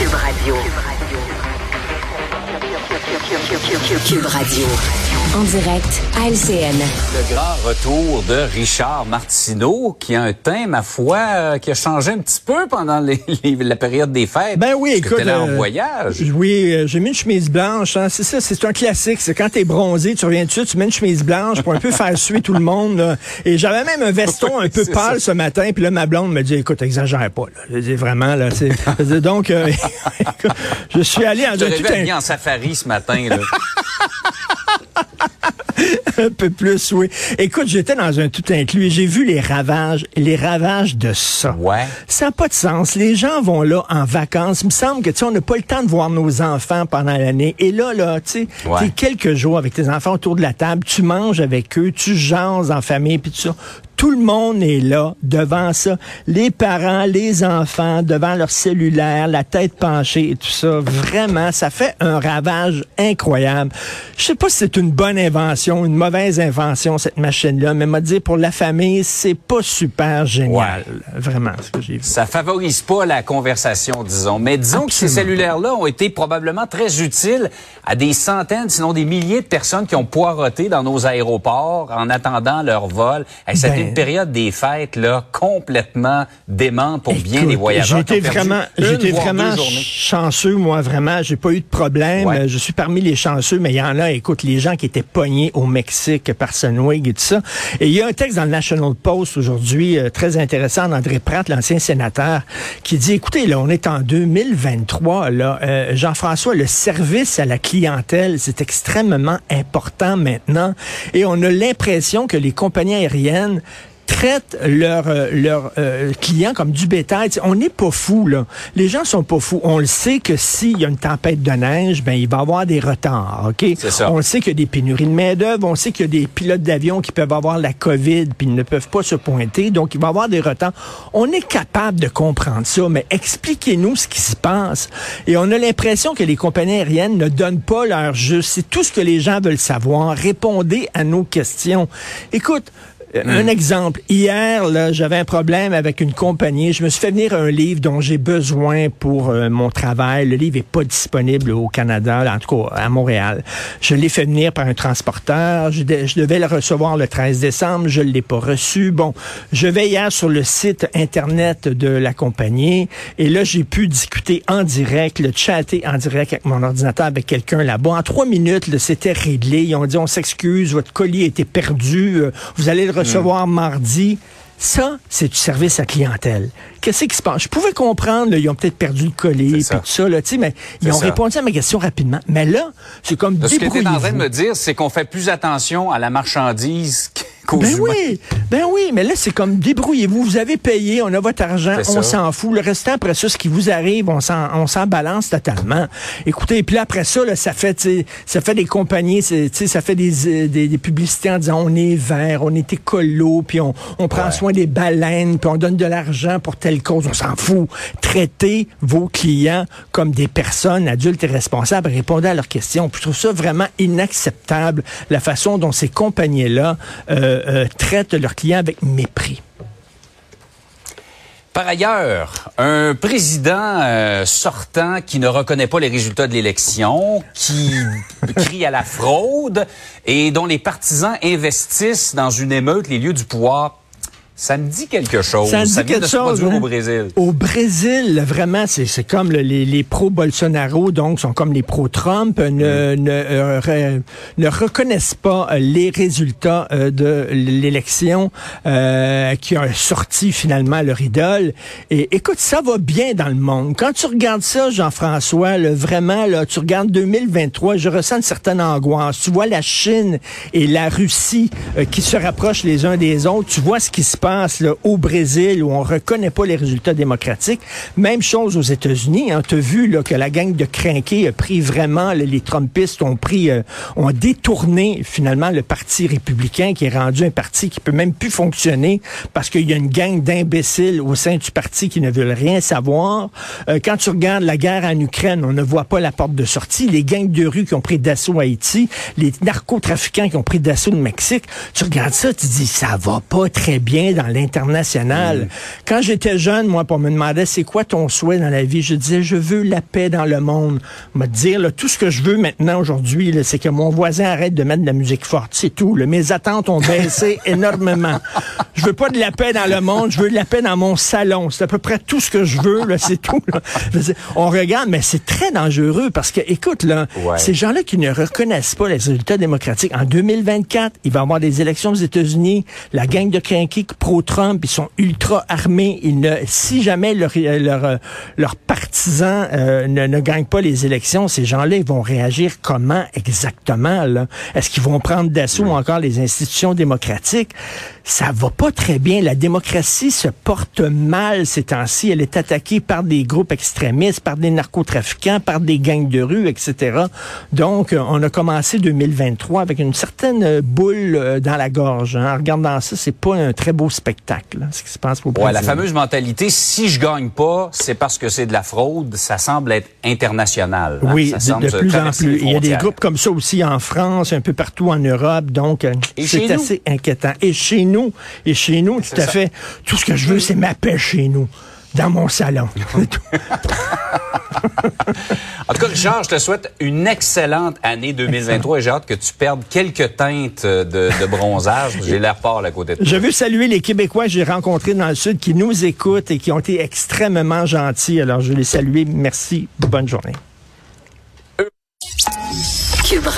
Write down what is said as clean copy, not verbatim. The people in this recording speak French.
Radio. Cube Radio. En direct à LCN. Le grand retour de Richard Martineau, qui a un teint, ma foi, qui a changé un petit peu pendant la période des fêtes. Ben oui, écoute. T'es là en voyage. Oui, j'ai mis une chemise blanche. Hein, c'est ça, c'est un classique. C'est quand t'es bronzé, tu reviens dessus, tu mets une chemise blanche pour un peu faire suer tout le monde. Là. Et j'avais même un veston un peu pâle ce matin. Puis là, ma blonde me dit, écoute, exagère pas. Là. Je dis vraiment, là. Donc, je suis allé en... Je te réveille bien en safari ce matin, là. Un peu plus, oui. Écoute, j'étais dans un tout inclus et j'ai vu les ravages de ça. Ouais. Ça n'a pas de sens. Les gens vont là en vacances. Il me semble que, tu sais, on n'a pas le temps de voir nos enfants pendant l'année. Et là, tu sais, t'es quelques jours avec tes enfants autour de la table, tu manges avec eux, tu jases en famille, puis tout ça. Tout le monde est là, devant ça. Les parents, les enfants, devant leur cellulaire, la tête penchée et tout ça. Vraiment, ça fait un ravage incroyable. Je sais pas si c'est une bonne invention, une mauvaise invention, cette machine-là, mais m'a dit pour la famille, c'est pas super génial. Ouais. Vraiment, ce que j'ai vu. Ça favorise pas la conversation, disons. Mais disons que ces cellulaires-là ont été probablement très utiles à des centaines, sinon des milliers de personnes qui ont poireauté dans nos aéroports en attendant leur vol. C'était une période des fêtes là complètement démente pour bien des voyageurs. J'étais vraiment chanceux, moi, vraiment. J'ai pas eu de problème. Ouais. Je suis parmi les chanceux, mais il y en a, écoute, les gens qui étaient pognés au Mexique par Sunwing et tout ça. Et il y a un texte dans le National Post aujourd'hui, très intéressant, d'André Pratt, l'ancien sénateur, qui dit, écoutez, là, on est en 2023, là, Jean-François, le service à la clientèle, c'est extrêmement important maintenant. Et on a l'impression que les compagnies aériennes traitent leurs clients comme du bétail. T'sais, on n'est pas fous, là. Les gens sont pas fous. On le sait que s'il y a une tempête de neige, ben il va y avoir des retards, OK? C'est ça. On le sait qu'il y a des pénuries de main-d'œuvre. On sait qu'il y a des pilotes d'avion qui peuvent avoir la COVID puis ils ne peuvent pas se pointer. Donc, il va y avoir des retards. On est capable de comprendre ça, mais expliquez-nous ce qui se passe. Et on a l'impression que les compagnies aériennes ne donnent pas leur juste. C'est tout ce que les gens veulent savoir. Répondez à nos questions. Écoute, un exemple. Hier, là, j'avais un problème avec une compagnie. Je me suis fait venir un livre dont j'ai besoin pour mon travail. Le livre est pas disponible au Canada, là, en tout cas à Montréal. Je l'ai fait venir par un transporteur. Je devais le recevoir le 13 décembre. Je l'ai pas reçu. Bon, je vais hier sur le site Internet de la compagnie et là, j'ai pu discuter en direct, chatter en direct avec mon ordinateur avec quelqu'un là-bas. En 3 minutes, là, c'était réglé. Ils ont dit, on s'excuse, votre colis a été perdu. Vous allez le recevoir mardi. Ça, c'est du service à clientèle. Qu'est-ce qui se passe? Je pouvais comprendre, là, ils ont peut-être perdu le colis, puis tout ça, là, tu sais, mais ils ont répondu à ma question rapidement. Mais là, c'est comme débrouillez-vous. Ce que tu es en train de me dire, c'est qu'on fait plus attention à la marchandise qu'aux humains. Ben oui, mais là, c'est comme débrouillez-vous. Vous avez payé, on a votre argent, on s'en fout. Le restant, après ça, ce qui vous arrive, on s'en balance totalement. Écoutez, puis là, après ça, là, ça fait des compagnies, ça fait des publicités en disant on est vert, on est écolo, puis on prend soin des baleines, puis on donne de l'argent pour telle cause, on s'en fout. Traitez vos clients comme des personnes adultes et responsables, répondez à leurs questions. Puis je trouve ça vraiment inacceptable, la façon dont ces compagnies-là traitent leurs clients avec mépris. Par ailleurs, un président sortant qui ne reconnaît pas les résultats de l'élection, qui crie à la fraude et dont les partisans investissent dans une émeute les lieux du pouvoir. Ça me dit quelque chose. Ça vient de se produire au Brésil. Au Brésil, vraiment, c'est comme les pro-Bolsonaro, donc, sont comme les pro-Trump, ne reconnaissent pas les résultats de l'élection qui a sorti finalement leur idole. Et écoute, ça va bien dans le monde. Quand tu regardes ça, Jean-François, là, vraiment, là, tu regardes 2023, je ressens une certaine angoisse. Tu vois la Chine et la Russie qui se rapprochent les uns des autres. Tu vois ce qui se passe là, au Brésil où on reconnaît pas les résultats démocratiques. Même chose aux États-Unis. Hein. Tu as vu là, que la gang de crinqués a pris vraiment, là, les Trumpistes ont détourné finalement le Parti républicain qui est rendu un parti qui peut même plus fonctionner parce qu'il y a une gang d'imbéciles au sein du parti qui ne veulent rien savoir. Quand tu regardes la guerre en Ukraine, on ne voit pas la porte de sortie. Les gangs de rue qui ont pris d'assaut Haïti, les narcotrafiquants qui ont pris d'assaut le Mexique, tu regardes ça, tu dis ça va pas très bien dans l'international. Quand j'étais jeune, moi, on me demandait c'est quoi ton souhait dans la vie, je disais je veux la paix dans le monde. Me dire là, tout ce que je veux maintenant aujourd'hui, là, c'est que mon voisin arrête de mettre de la musique forte, c'est tout. Là. Mes attentes ont baissé énormément. Je veux pas de la paix dans le monde, je veux de la paix dans mon salon. C'est à peu près tout ce que je veux, là, c'est tout. Là. On regarde, mais c'est très dangereux parce que, écoute, là, ces gens-là qui ne reconnaissent pas les résultats démocratiques, en 2024, il va y avoir des élections aux États-Unis, la gang de crinqués pro-Trump, ils sont ultra armés. Si jamais leurs partisans ne gagnent pas les élections, ces gens-là, ils vont réagir comment exactement, là? Est-ce qu'ils vont prendre d'assaut encore les institutions démocratiques? Ça va pas très bien. La démocratie se porte mal ces temps-ci. Elle est attaquée par des groupes extrémistes, par des narcotrafiquants, par des gangs de rue, etc. Donc, on a commencé 2023 avec une certaine boule dans la gorge. Hein. En regardant ça, c'est pas un très beau spectacle, là, ce qui se passe au Brésil. La fameuse mentalité, si je gagne pas, c'est parce que c'est de la fraude, ça semble être international. Hein? Oui, ça de plus en plus. Il y a des groupes comme ça aussi en France, un peu partout en Europe, donc c'est assez inquiétant. Et chez nous, tout à fait. Tout ce que je veux, c'est ma paix chez nous, dans mon salon. En tout cas, Richard, je te souhaite une excellente année 2023 et j'ai hâte que tu perdes quelques teintes de bronzage. J'ai l'air pâle à côté de toi. Je veux saluer les Québécois que j'ai rencontrés dans le Sud qui nous écoutent et qui ont été extrêmement gentils. Alors, je les salue. Merci. Bonne journée.